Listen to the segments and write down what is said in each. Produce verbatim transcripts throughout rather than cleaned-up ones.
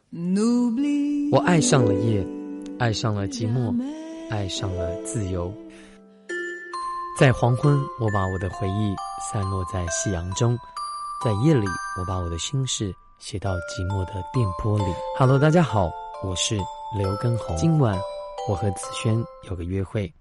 我爱上了夜，爱上了寂寞，爱上了自由。在黄昏，我把我的回忆散落在夕阳中，在夜里，我把我的心事写到寂寞的电波里。Hello， 大家好，我是刘畊宏。今晚我和子轩有个约会。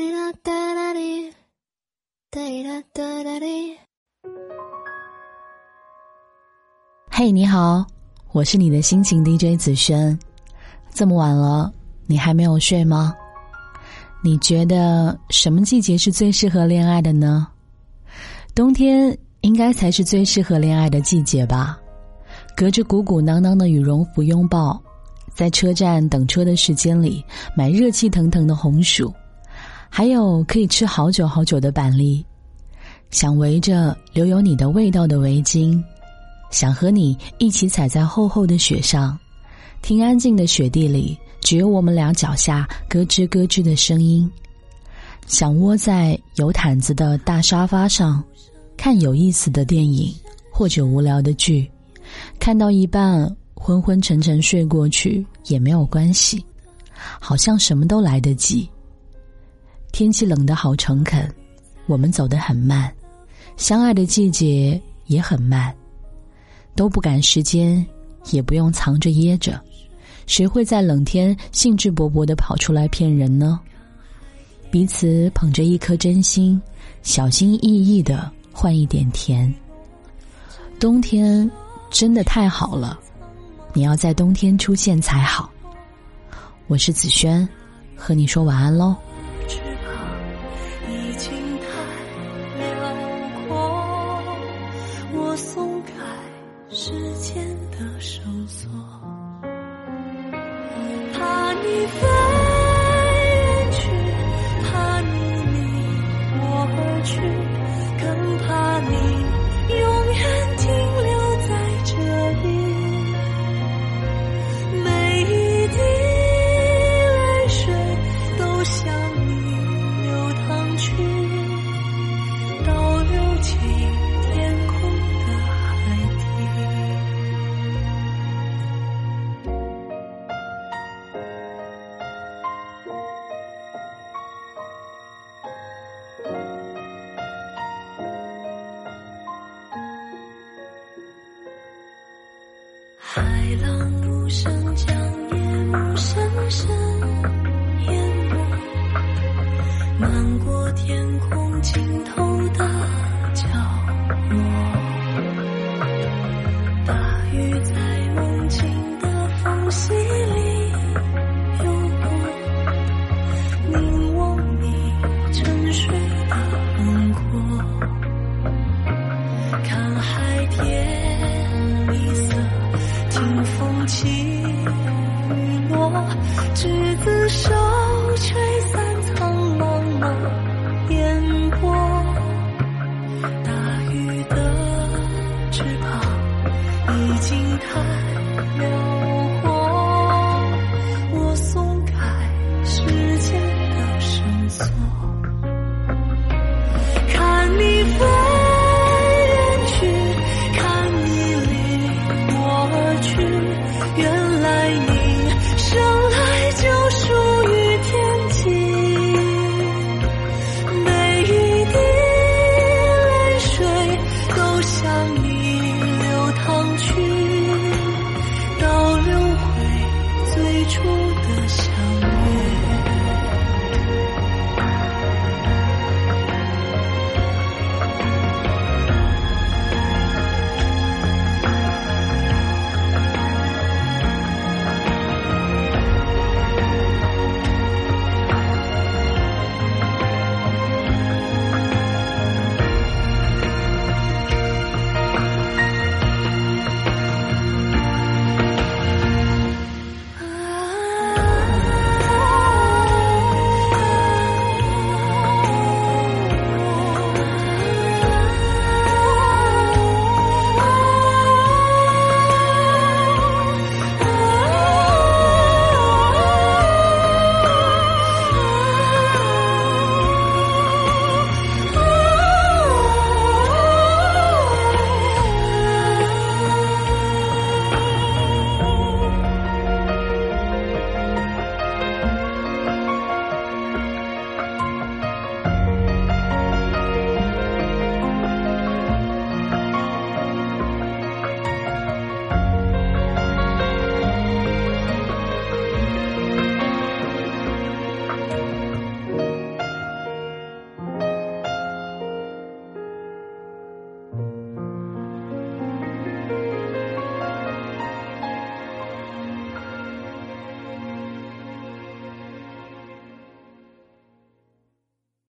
嘿、hey, 你好，我是你的心情 D J 子轩。这么晚了，你还没有睡吗？你觉得什么季节是最适合恋爱的呢？冬天应该才是最适合恋爱的季节吧。隔着鼓鼓囊囊的羽绒服拥抱，在车站等车的时间里买热气腾腾的红薯，还有可以吃好久好久的板栗，想围着留有你的味道的围巾，想和你一起踩在厚厚的雪上，听安静的雪地里只有我们俩脚下咯吱咯吱的声音，想窝在有毯子的大沙发上，看有意思的电影或者无聊的剧，看到一半昏昏沉沉睡过去也没有关系，好像什么都来得及。天气冷得好诚恳，我们走得很慢，相爱的季节也很慢，都不赶时间，也不用藏着掖着，谁会在冷天兴致勃勃地跑出来骗人呢？彼此捧着一颗真心，小心翼翼地换一点甜。冬天真的太好了，你要在冬天出现才好。我是子轩，和你说晚安咯。 已经太辽阔，我松开时间的绳索，怕你飞远去，怕你离我而去，更怕你永远停留在这里。每一滴泪水都向你流淌去，倒流进天空的海底。海浪无声将夜幕深深淹没，漫过天空尽头的角落，大雨在梦境的缝隙里流过，凝望你沉睡的轮廓，看海天一色，听风起雨落，执子手吹散苍茫的烟波，大雨的翅膀已经太辽阔，我松开时间的绳索，看你飞远去，看你离我而去，原来你生来就属于天际。每一滴泪水都向你流淌去，倒流回最初的相